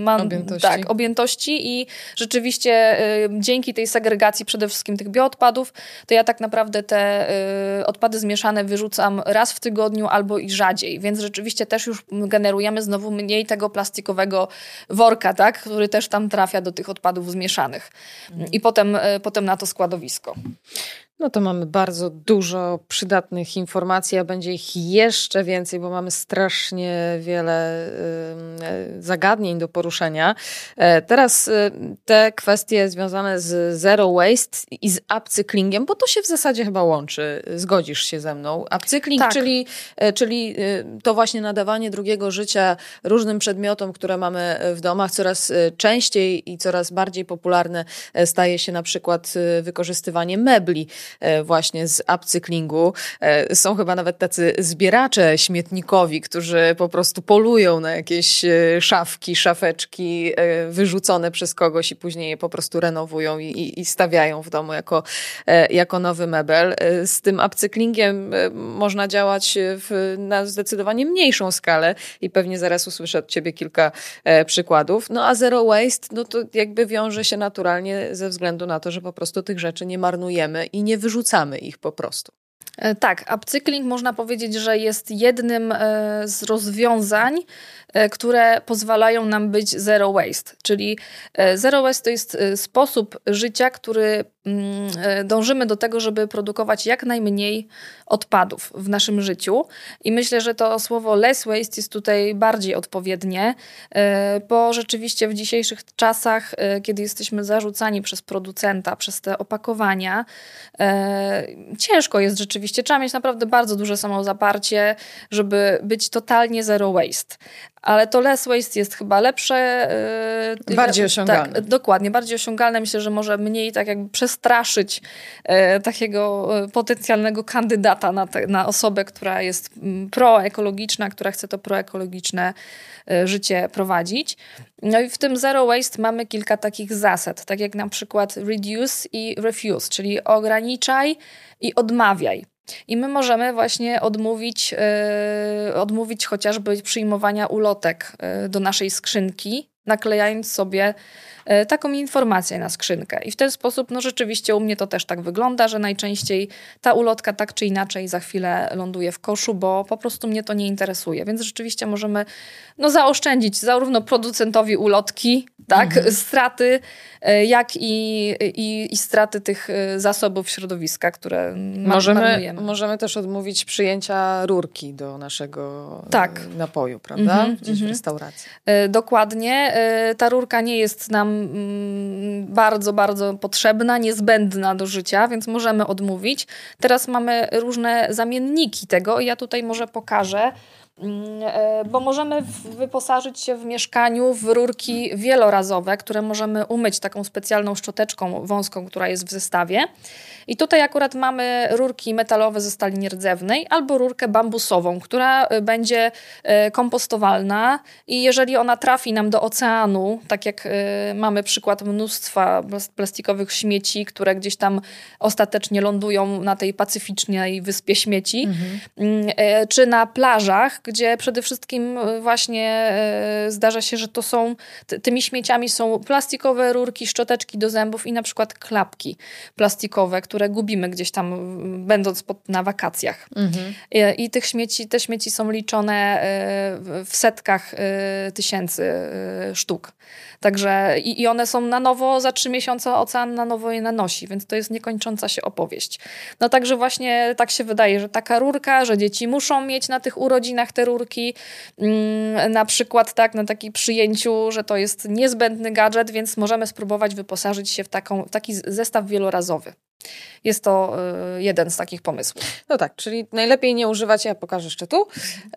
objętości i rzeczywiście dzięki tej segregacji przede wszystkim tych bioodpadów, to ja tak naprawdę te odpady zmieszane wyrzucam raz w tygodniu albo i rzadziej, więc rzeczywiście też już generujemy znowu mniej tego plastikowego worka, tak, który też tam trafia do tych odpadów zmieszanych. I potem na to składowisko. No to mamy bardzo dużo przydatnych informacji, a będzie ich jeszcze więcej, bo mamy strasznie wiele zagadnień do poruszenia. Teraz te kwestie związane z zero waste i z upcyklingiem, bo to się w zasadzie chyba łączy. Zgodzisz się ze mną? Upcykling, tak. czyli to właśnie nadawanie drugiego życia różnym przedmiotom, które mamy w domach. Coraz częściej i coraz bardziej popularne staje się na przykład wykorzystywanie mebli właśnie z upcyklingu. Są chyba nawet tacy zbieracze śmietnikowi, którzy po prostu polują na jakieś szafki, szafeczki wyrzucone przez kogoś i później je po prostu renowują i stawiają w domu jako nowy mebel. Z tym upcyklingiem można działać na zdecydowanie mniejszą skalę i pewnie zaraz usłyszę od ciebie kilka przykładów. No a zero waste, no to jakby wiąże się naturalnie ze względu na to, że po prostu tych rzeczy nie marnujemy i nie wyrzucamy ich po prostu. Tak, upcykling można powiedzieć, że jest jednym z rozwiązań, które pozwalają nam być zero waste. Czyli zero waste to jest sposób życia, który dążymy do tego, żeby produkować jak najmniej odpadów w naszym życiu. I myślę, że to słowo less waste jest tutaj bardziej odpowiednie, bo rzeczywiście w dzisiejszych czasach, kiedy jesteśmy zarzucani przez producenta, przez te opakowania, ciężko jest rzeczywiście. Trzeba mieć naprawdę bardzo duże samozaparcie, żeby być totalnie zero waste. Ale to less waste jest chyba lepsze. Bardziej osiągalne. Tak, dokładnie, bardziej osiągalne. Myślę, że może mniej tak jakby przestraszyć takiego potencjalnego kandydata na osobę, która jest proekologiczna, która chce to proekologiczne życie prowadzić. No i w tym zero waste mamy kilka takich zasad, tak jak na przykład reduce i refuse, czyli ograniczaj i odmawiaj. I my możemy właśnie odmówić chociażby przyjmowania ulotek do naszej skrzynki, naklejając sobie taką informację na skrzynkę. I w ten sposób, no rzeczywiście u mnie to też tak wygląda, że najczęściej ta ulotka tak czy inaczej za chwilę ląduje w koszu, bo po prostu mnie to nie interesuje. Więc rzeczywiście możemy zaoszczędzić zarówno producentowi ulotki, tak, straty, jak i straty tych zasobów środowiska, które marnujemy. Możemy też odmówić przyjęcia rurki do naszego napoju, prawda? Gdzieś w restauracji. Dokładnie. Ta rurka nie jest nam bardzo, bardzo potrzebna, niezbędna do życia, więc możemy odmówić. Teraz mamy różne zamienniki tego i ja tutaj może pokażę, bo możemy wyposażyć się w mieszkaniu w rurki wielorazowe, które możemy umyć taką specjalną szczoteczką wąską, która jest w zestawie. I tutaj akurat mamy rurki metalowe ze stali nierdzewnej albo rurkę bambusową, która będzie kompostowalna i jeżeli ona trafi nam do oceanu, tak jak mamy przykład mnóstwa plastikowych śmieci, które gdzieś tam ostatecznie lądują na tej pacyficznej wyspie śmieci, czy na plażach, gdzie przede wszystkim właśnie zdarza się, że to są, tymi śmieciami są plastikowe rurki, szczoteczki do zębów i na przykład klapki plastikowe, które gubimy gdzieś tam będąc na wakacjach. I te śmieci są liczone w setkach tysięcy sztuk. Także i one są na nowo, za 3 miesiące ocean na nowo je nanosi, więc to jest niekończąca się opowieść. No także właśnie tak się wydaje, że taka rurka, że dzieci muszą mieć na tych urodzinach te rurki, na przykład tak, na takim przyjęciu, że to jest niezbędny gadżet, więc możemy spróbować wyposażyć się w taki zestaw wielorazowy. Jest to jeden z takich pomysłów. No tak, czyli najlepiej nie używać, ja pokażę jeszcze tu,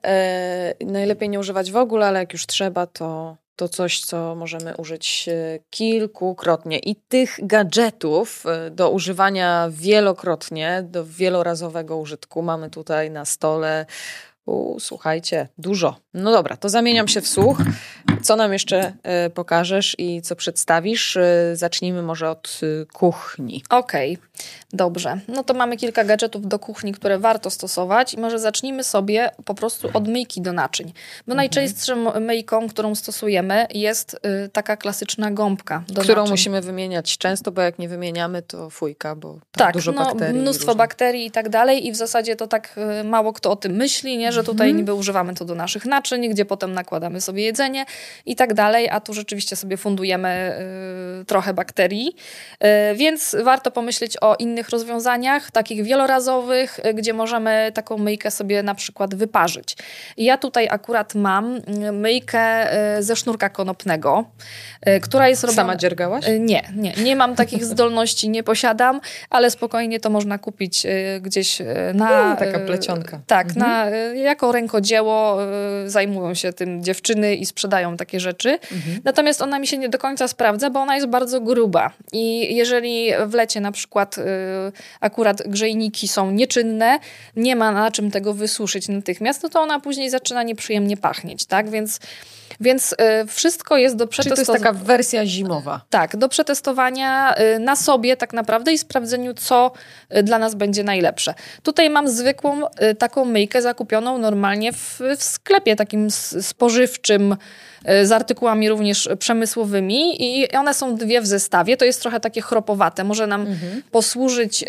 najlepiej nie używać w ogóle, ale jak już trzeba, to coś, co możemy użyć kilkukrotnie. I tych gadżetów do używania wielokrotnie, do wielorazowego użytku mamy tutaj na stole. Słuchajcie, dużo. No dobra, to zamieniam się w słuch. Co nam jeszcze pokażesz i co przedstawisz? Zacznijmy może od kuchni. Okej, dobrze. No to mamy kilka gadżetów do kuchni, które warto stosować i może zacznijmy sobie po prostu od myjki do naczyń. Bo najczęstszą myjką, którą stosujemy, jest taka klasyczna gąbka do którą naczyń. Musimy wymieniać często, bo jak nie wymieniamy, to fujka, bo tam dużo bakterii. Mnóstwo bakterii i tak dalej i w zasadzie to tak mało kto o tym myśli, nie? Że tutaj niby używamy to do naszych naczyń, gdzie potem nakładamy sobie jedzenie i tak dalej, a tu rzeczywiście sobie fundujemy trochę bakterii. Więc warto pomyśleć o innych rozwiązaniach, takich wielorazowych, gdzie możemy taką myjkę sobie na przykład wyparzyć. Ja tutaj akurat mam myjkę ze sznurka konopnego, która jest robiona... Sama dziergałaś? Nie mam takich zdolności, nie posiadam, ale spokojnie to można kupić gdzieś na... taka plecionka. Tak, jako rękodzieło zajmują się tym dziewczyny i sprzedają takie rzeczy. Natomiast ona mi się nie do końca sprawdza, bo ona jest bardzo gruba. I jeżeli w lecie na przykład akurat grzejniki są nieczynne, nie ma na czym tego wysuszyć natychmiast, no to ona później zaczyna nieprzyjemnie pachnieć, tak? Więc wszystko jest do przetestowania. Czyli to jest taka wersja zimowa. Tak, do przetestowania na sobie tak naprawdę i sprawdzeniu, co dla nas będzie najlepsze. Tutaj mam zwykłą taką myjkę zakupioną normalnie w sklepie takim spożywczym, z artykułami również przemysłowymi i one są 2 w zestawie. To jest trochę takie chropowate. Może nam posłużyć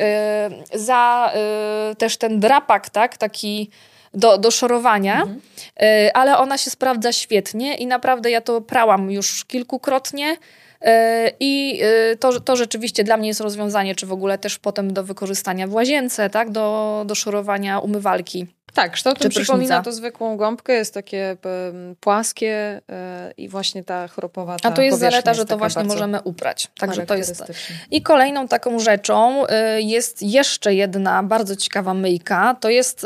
za też ten drapak, tak, taki do szorowania, ale ona się sprawdza świetnie i naprawdę ja to prałam już kilkukrotnie i to rzeczywiście dla mnie jest rozwiązanie, czy w ogóle też potem do wykorzystania w łazience, tak, do szorowania umywalki. Tak, kształtem przypomina to zwykłą gąbkę, jest takie płaskie i właśnie ta chropowata. A to jest zaleta, że jest to właśnie bardzo możemy uprać. Także to jest. I kolejną taką rzeczą jest jeszcze jedna bardzo ciekawa myjka. To jest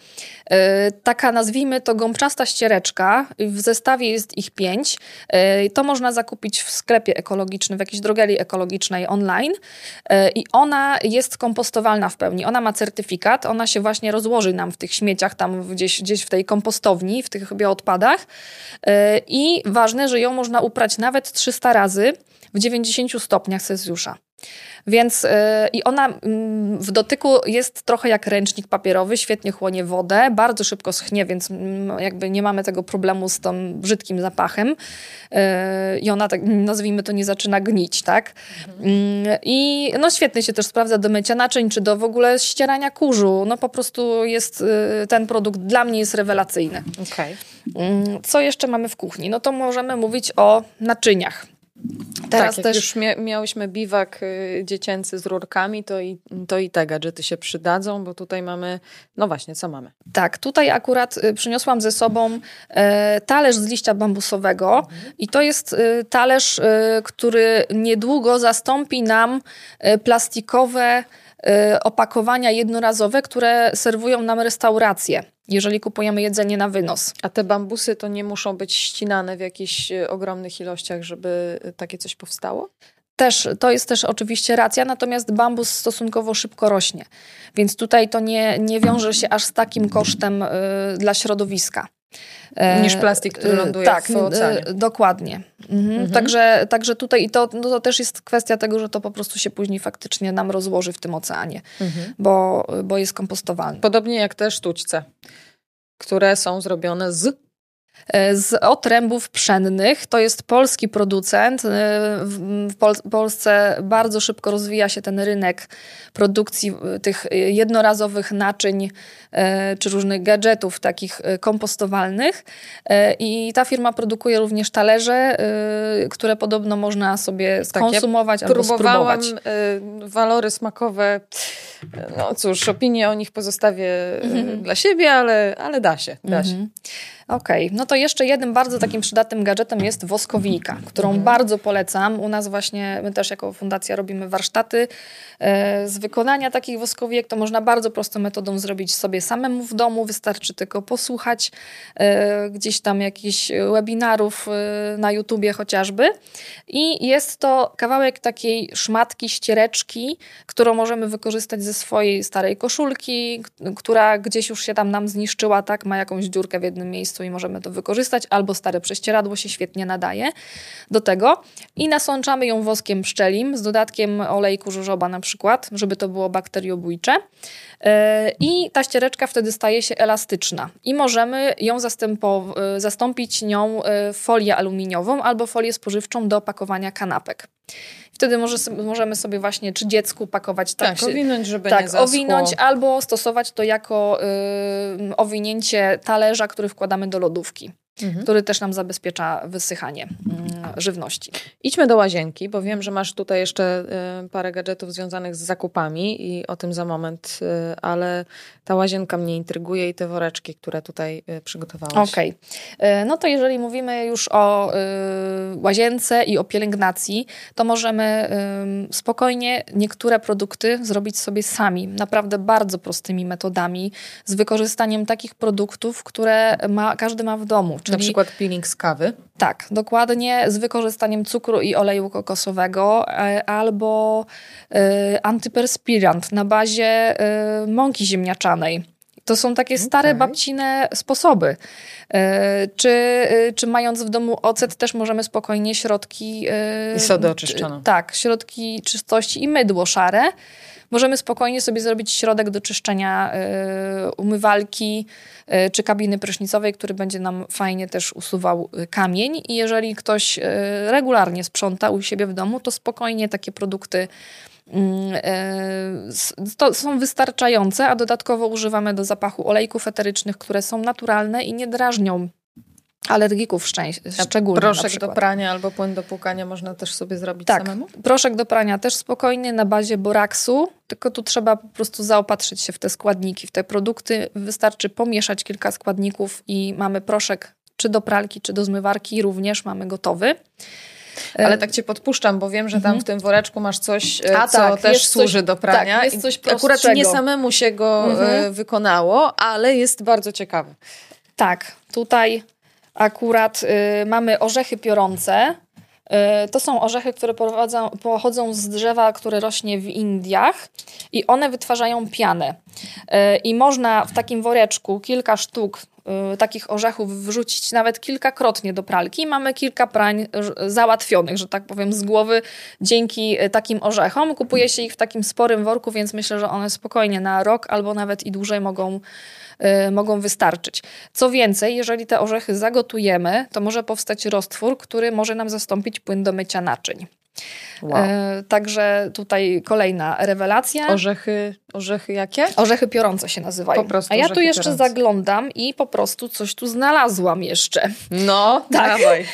taka, nazwijmy to, gąbczasta ściereczka. W zestawie jest ich 5. To można zakupić w sklepie ekologicznym, w jakiejś drogerii ekologicznej online. I ona jest kompostowalna w pełni. Ona ma certyfikat. Ona się właśnie rozłoży nam w tych śmieciach, tam gdzieś w tej kompostowni, w tych bioodpadach. I ważne, że ją można uprać nawet 300 razy w 90 stopniach Celsjusza. Więc i ona w dotyku jest trochę jak ręcznik papierowy, świetnie chłonie wodę, bardzo szybko schnie, więc jakby nie mamy tego problemu z tym brzydkim zapachem i ona, tak nazwijmy to, nie zaczyna gnić, tak? I no świetnie się też sprawdza do mycia naczyń, czy do w ogóle ścierania kurzu. No po prostu jest ten produkt dla mnie jest rewelacyjny. Okay. Co jeszcze mamy w kuchni? No to możemy mówić o naczyniach. Teraz tak, też już miałyśmy biwak dziecięcy z rurkami, to i te gadżety się przydadzą, bo tutaj mamy, no właśnie, co mamy? Tak, tutaj akurat przyniosłam ze sobą talerz z liścia bambusowego i to jest talerz, który niedługo zastąpi nam plastikowe opakowania jednorazowe, które serwują nam restauracje, jeżeli kupujemy jedzenie na wynos. A te bambusy to nie muszą być ścinane w jakichś ogromnych ilościach, żeby takie coś powstało? To jest też oczywiście racja, natomiast bambus stosunkowo szybko rośnie. Więc tutaj to nie wiąże się aż z takim kosztem dla środowiska. Niż plastik, który ląduje w oceanie. Dokładnie. Także tutaj to też jest kwestia tego, że to po prostu się później faktycznie nam rozłoży w tym oceanie, bo jest kompostowalne. Podobnie jak te sztućce, które są zrobione z otrębów pszennych. To jest polski producent. W Polsce bardzo szybko rozwija się ten rynek produkcji tych jednorazowych naczyń czy różnych gadżetów takich kompostowalnych. I ta firma produkuje również talerze, które podobno można sobie skonsumować albo spróbować. Walory smakowe. No cóż, opinię o nich pozostawię dla siebie, ale da się. Okej, no to jeszcze jednym bardzo takim przydatnym gadżetem jest woskowijka, którą bardzo polecam. U nas właśnie, my też jako fundacja robimy warsztaty z wykonania takich woskowijek. To można bardzo prostą metodą zrobić sobie samemu w domu. Wystarczy tylko posłuchać gdzieś tam jakichś webinarów na YouTubie chociażby. I jest to kawałek takiej szmatki, ściereczki, którą możemy wykorzystać ze swojej starej koszulki, która gdzieś już się tam nam zniszczyła, tak, ma jakąś dziurkę w jednym miejscu i możemy to wykorzystać, albo stare prześcieradło się świetnie nadaje do tego i nasączamy ją woskiem pszczelim z dodatkiem olejku żużoba na przykład, żeby to było bakteriobójcze i ta ściereczka wtedy staje się elastyczna i możemy ją zastąpić nią folię aluminiową albo folię spożywczą do opakowania kanapek. Wtedy możemy sobie właśnie, czy dziecku pakować tak owinąć, żeby nie zaschło. Owinąć, albo stosować to jako owinięcie talerza, który wkładamy do lodówki, który też nam zabezpiecza wysychanie żywności. Idźmy do łazienki, bo wiem, że masz tutaj jeszcze parę gadżetów związanych z zakupami i o tym za moment, ale ta łazienka mnie intryguje i te woreczki, które tutaj przygotowałaś. Okej. No to jeżeli mówimy już o łazience i o pielęgnacji, to możemy spokojnie niektóre produkty zrobić sobie sami, naprawdę bardzo prostymi metodami, z wykorzystaniem takich produktów, które każdy ma w domu. Czyli, na przykład peeling z kawy? Tak, dokładnie, z wykorzystaniem cukru i oleju kokosowego albo antyperspirant na bazie mąki ziemniaczanej. To są takie stare babcine sposoby. Czy mając w domu ocet też możemy spokojnie środki... I sodę oczyszczoną. Tak, środki czystości i mydło szare. Możemy spokojnie sobie zrobić środek do czyszczenia umywalki czy kabiny prysznicowej, który będzie nam fajnie też usuwał kamień. I jeżeli ktoś regularnie sprząta u siebie w domu, to spokojnie takie produkty to są wystarczające, a dodatkowo używamy do zapachu olejków eterycznych, które są naturalne i nie drażnią alergików szczególnie. Proszek do prania albo płyn do płukania można też sobie zrobić samemu? Proszek do prania też spokojnie na bazie boraksu, tylko tu trzeba po prostu zaopatrzyć się w te składniki, w te produkty. Wystarczy pomieszać kilka składników i mamy proszek czy do pralki, czy do zmywarki, również mamy gotowy. Ale tak cię podpuszczam, bo wiem, że tam w tym woreczku masz coś, co też służy do prania. Tak, jest coś prostszego. Akurat nie samemu się go wykonało, ale jest bardzo ciekawy. Tak, tutaj akurat mamy orzechy piorące. To są orzechy, które pochodzą z drzewa, które rośnie w Indiach i one wytwarzają pianę. I można w takim woreczku kilka sztuk takich orzechów wrzucić nawet kilkakrotnie do pralki. Mamy kilka prań załatwionych, że tak powiem, z głowy dzięki takim orzechom. Kupuje się ich w takim sporym worku, więc myślę, że one spokojnie na rok albo nawet i dłużej mogą wystarczyć. Co więcej, jeżeli te orzechy zagotujemy, to może powstać roztwór, który może nam zastąpić płyn do mycia naczyń. Wow. Także tutaj kolejna rewelacja. Orzechy jakie? Orzechy piorące się nazywają. Po prostu. A ja tu jeszcze zaglądam i po prostu coś tu znalazłam jeszcze. No, tak. Dawaj.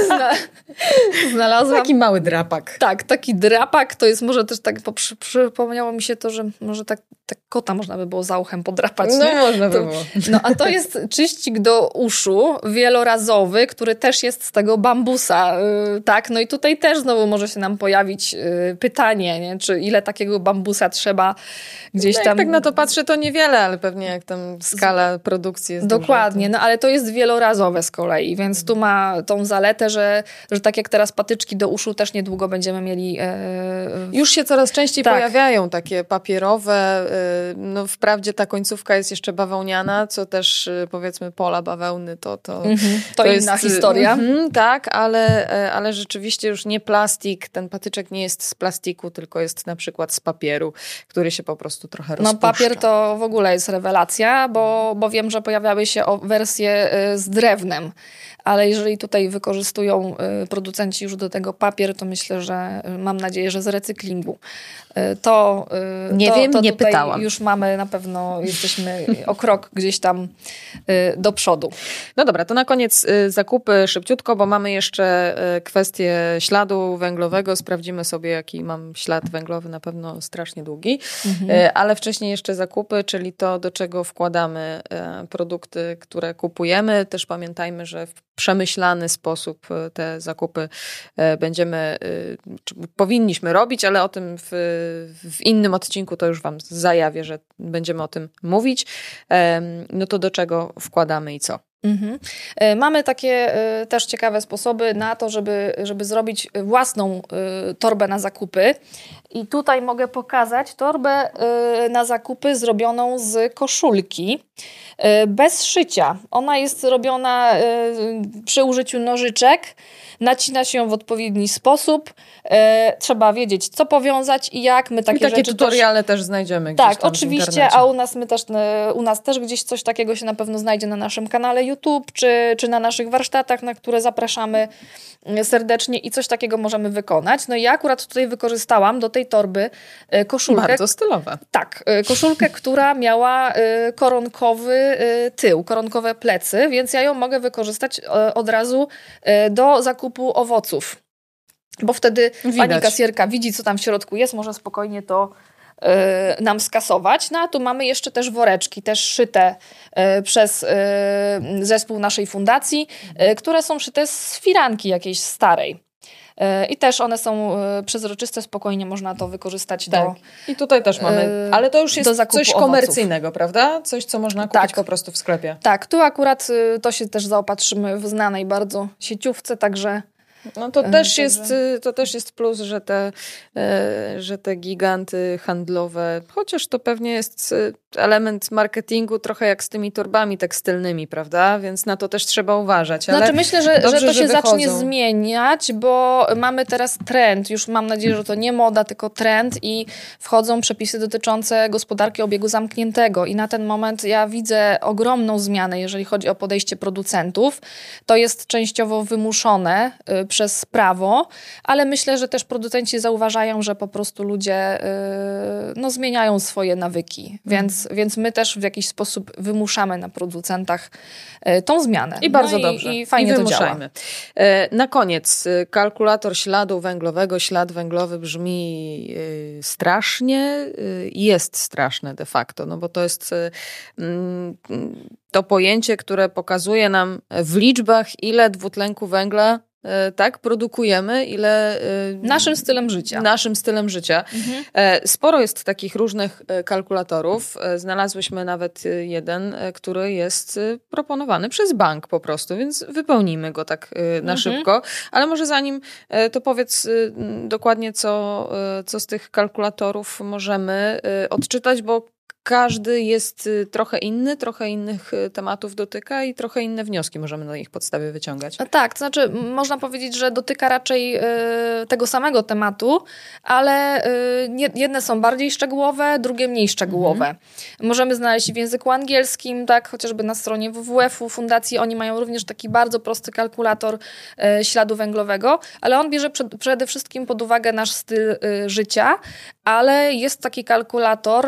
Znalazłam. Taki mały drapak. Tak, taki drapak. To jest może też tak, przypomniało mi się to, że może tak kota można by było za uchem podrapać. No nie? można by było. No a to jest czyścik do uszu wielorazowy, który też jest z tego bambusa. Tak, no i tutaj też znowu może się nam pojawić pytanie, nie? Czy ile takiego bambusa trzeba gdzieś tam... Jak tak na to patrzę, to niewiele, ale pewnie jak tam skala produkcji jest dokładnie, duża, no ale to jest wielorazowe z kolei, więc tu ma tą zaletę, że tak jak teraz patyczki do uszu też niedługo będziemy mieli... Już się coraz częściej pojawiają takie papierowe, no wprawdzie ta końcówka jest jeszcze bawełniana, co też powiedzmy pola bawełny to inna jest, historia. Tak, ale rzeczywiście już nie plastik, ten patyczek nie jest z plastiku, tylko jest na przykład z papieru, który się po prostu prostu trochę rozpuszcza. No papier to w ogóle jest rewelacja, bo wiem, że pojawiały się wersje z drewnem, ale jeżeli tutaj wykorzystują producenci już do tego papier, to myślę, że mam nadzieję, że z recyklingu. Nie pytałam. Już mamy na pewno, jesteśmy o krok gdzieś tam do przodu. No dobra, to na koniec zakupy szybciutko, bo mamy jeszcze kwestię śladu węglowego. Sprawdzimy sobie, jaki mam ślad węglowy, na pewno strasznie długi. Ale wcześniej jeszcze zakupy, czyli to, do czego wkładamy produkty, które kupujemy. Też pamiętajmy, że w przemyślany sposób te zakupy powinniśmy robić, ale o tym w innym odcinku to już wam zajawię, że będziemy o tym mówić. No to do czego wkładamy i co? Mamy takie też ciekawe sposoby na to, żeby zrobić własną torbę na zakupy. I tutaj mogę pokazać torbę na zakupy zrobioną z koszulki bez szycia. Ona jest robiona przy użyciu nożyczek. Nacina się ją w odpowiedni sposób. Trzeba wiedzieć, co powiązać i jak. My takie rzeczy tutoriale też znajdziemy gdzieś tak, tam oczywiście, a u nas też gdzieś coś takiego się na pewno znajdzie na naszym kanale YouTube, czy na naszych warsztatach, na które zapraszamy serdecznie i coś takiego możemy wykonać. No i ja akurat tutaj wykorzystałam do tej torby koszulkę. Bardzo stylowe. Tak, koszulkę, która miała koronkowy tył, koronkowe plecy, więc ja ją mogę wykorzystać od razu do zakupu owoców. Bo wtedy pani kasjerka widzi, co tam w środku jest, może spokojnie to nam skasować. No a tu mamy jeszcze też woreczki, też szyte przez zespół naszej fundacji, które są szyte z firanki jakiejś starej. I też one są przezroczyste, spokojnie można to wykorzystać do... I tutaj też mamy, ale to już jest coś komercyjnego, owoców. Prawda? Coś, co można kupić po prostu w sklepie. Tak, tu akurat to się też zaopatrzymy w znanej bardzo sieciówce, także... No to też jest plus, że te giganty handlowe, chociaż to pewnie jest element marketingu trochę jak z tymi torbami tekstylnymi, prawda? Więc na to też trzeba uważać. Ale znaczy myślę, że to się zacznie zmieniać, bo mamy teraz trend, już mam nadzieję, że to nie moda, tylko trend i wchodzą przepisy dotyczące gospodarki obiegu zamkniętego i na ten moment ja widzę ogromną zmianę, jeżeli chodzi o podejście producentów. To jest częściowo wymuszone przez prawo, ale myślę, że też producenci zauważają, że po prostu ludzie zmieniają swoje nawyki, więc my też w jakiś sposób wymuszamy na producentach tą zmianę. I bardzo dobrze. I fajnie to działa. Na koniec kalkulator śladu węglowego. Ślad węglowy brzmi strasznie, jest straszne de facto, no bo to jest to pojęcie, które pokazuje nam w liczbach, ile dwutlenku węgla produkujemy, ile... Naszym stylem życia. Sporo jest takich różnych kalkulatorów. Znalazłyśmy nawet jeden, który jest proponowany przez bank po prostu, więc wypełnijmy go tak na szybko. Ale może zanim to powiedz dokładnie, co z tych kalkulatorów możemy odczytać, bo każdy jest trochę inny, trochę innych tematów dotyka i trochę inne wnioski możemy na ich podstawie wyciągać. Tak, to znaczy można powiedzieć, że dotyka raczej tego samego tematu, ale jedne są bardziej szczegółowe, drugie mniej szczegółowe. Możemy znaleźć w języku angielskim, tak, chociażby na stronie WWF-u, fundacji, oni mają również taki bardzo prosty kalkulator śladu węglowego, ale on bierze przede wszystkim pod uwagę nasz styl życia, ale jest taki kalkulator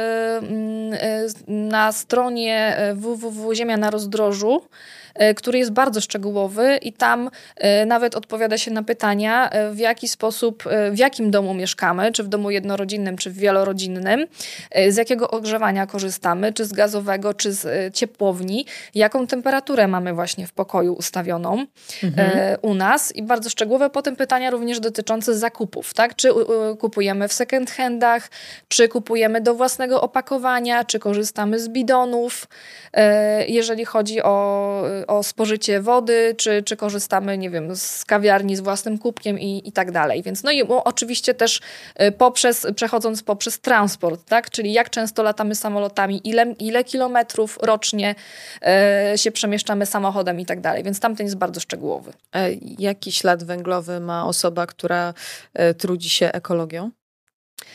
na stronie www.Ziemia na rozdrożu, który jest bardzo szczegółowy i tam nawet odpowiada się na pytania, w jaki sposób, w jakim domu mieszkamy, czy w domu jednorodzinnym, czy w wielorodzinnym, z jakiego ogrzewania korzystamy, czy z gazowego, czy z ciepłowni, jaką temperaturę mamy właśnie w pokoju ustawioną u nas i bardzo szczegółowe potem pytania również dotyczące zakupów, tak? Czy kupujemy w second handach, czy kupujemy do własnego opakowania, czy korzystamy z bidonów, jeżeli chodzi o spożycie wody, czy korzystamy, nie wiem, z kawiarni z własnym kubkiem i tak dalej. Więc no i oczywiście też przechodząc poprzez transport, tak? Czyli jak często latamy samolotami, ile kilometrów rocznie się przemieszczamy samochodem i tak dalej. Więc tamten jest bardzo szczegółowy. Jaki ślad węglowy ma osoba, która trudzi się ekologią?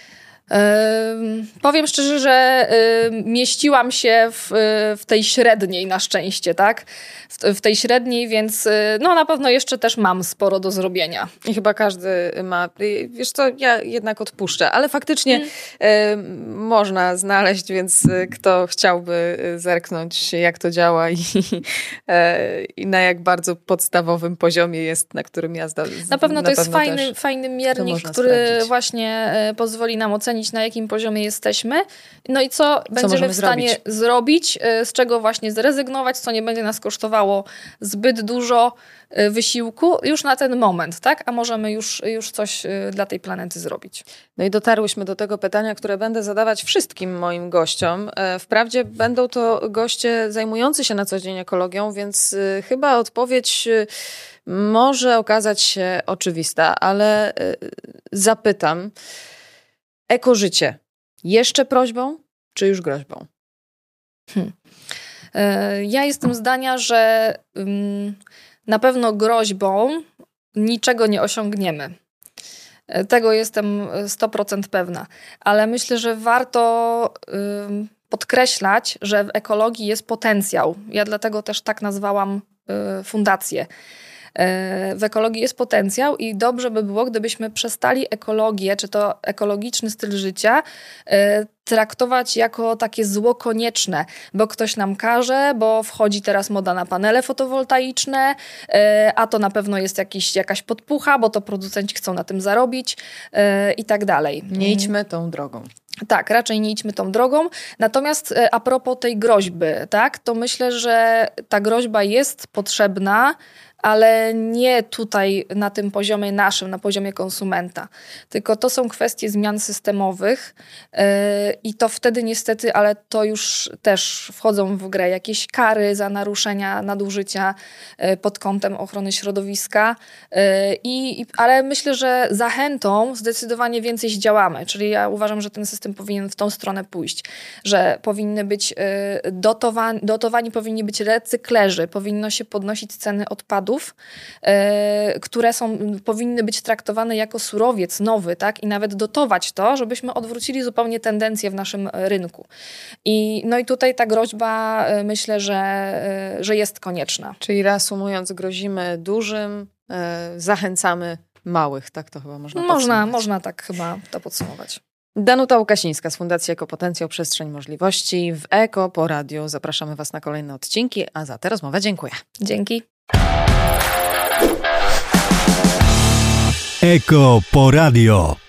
Powiem szczerze, że mieściłam się w tej średniej na szczęście, tak? W tej średniej, więc no na pewno jeszcze też mam sporo do zrobienia. I chyba każdy ma. Wiesz co, ja jednak odpuszczę, ale faktycznie można znaleźć, więc kto chciałby zerknąć, jak to działa i na jak bardzo podstawowym poziomie jest, na którym jazda. Na pewno to jest fajny miernik, który sprawdzić. Właśnie pozwoli nam ocenić, na jakim poziomie jesteśmy, no i co będziemy w stanie zrobić, z czego właśnie zrezygnować, co nie będzie nas kosztowało zbyt dużo wysiłku już na ten moment, tak? A możemy już coś dla tej planety zrobić. No i dotarłyśmy do tego pytania, które będę zadawać wszystkim moim gościom. Wprawdzie będą to goście zajmujący się na co dzień ekologią, więc chyba odpowiedź może okazać się oczywista, ale zapytam, ekożycie jeszcze prośbą, czy już groźbą? Ja jestem zdania, że na pewno groźbą niczego nie osiągniemy. Tego jestem 100% pewna. Ale myślę, że warto podkreślać, że w ekologii jest potencjał. Ja dlatego też tak nazwałam fundację. W ekologii jest potencjał i dobrze by było, gdybyśmy przestali ekologię, czy to ekologiczny styl życia, traktować jako takie zło konieczne, bo ktoś nam każe, bo wchodzi teraz moda na panele fotowoltaiczne, a to na pewno jest jakaś podpucha, bo to producenci chcą na tym zarobić i tak dalej. Nie idźmy tą drogą. Tak, raczej nie idźmy tą drogą. Natomiast a propos tej groźby, tak, to myślę, że ta groźba jest potrzebna, ale nie tutaj na tym poziomie naszym, na poziomie konsumenta. Tylko to są kwestie zmian systemowych i to wtedy niestety, ale to już też wchodzą w grę jakieś kary za naruszenia, nadużycia pod kątem ochrony środowiska. Ale myślę, że zachętą zdecydowanie więcej zdziałamy. Czyli ja uważam, że ten system powinien w tą stronę pójść, że powinny być dotowani powinni być recyklerzy, powinno się podnosić ceny odpadów, które powinny być traktowane jako surowiec nowy, tak? I nawet dotować to, żebyśmy odwrócili zupełnie tendencję w naszym rynku. I tutaj ta groźba myślę, że jest konieczna. Czyli reasumując, grozimy dużym, zachęcamy małych, tak to chyba można podsumować. Można tak chyba to podsumować. Danuta Łukasińska z Fundacji Ekopotencjał Przestrzeń Możliwości w Eko po Radio. Zapraszamy Was na kolejne odcinki, a za tę rozmowę dziękuję. Dzięki. Eko po Radio.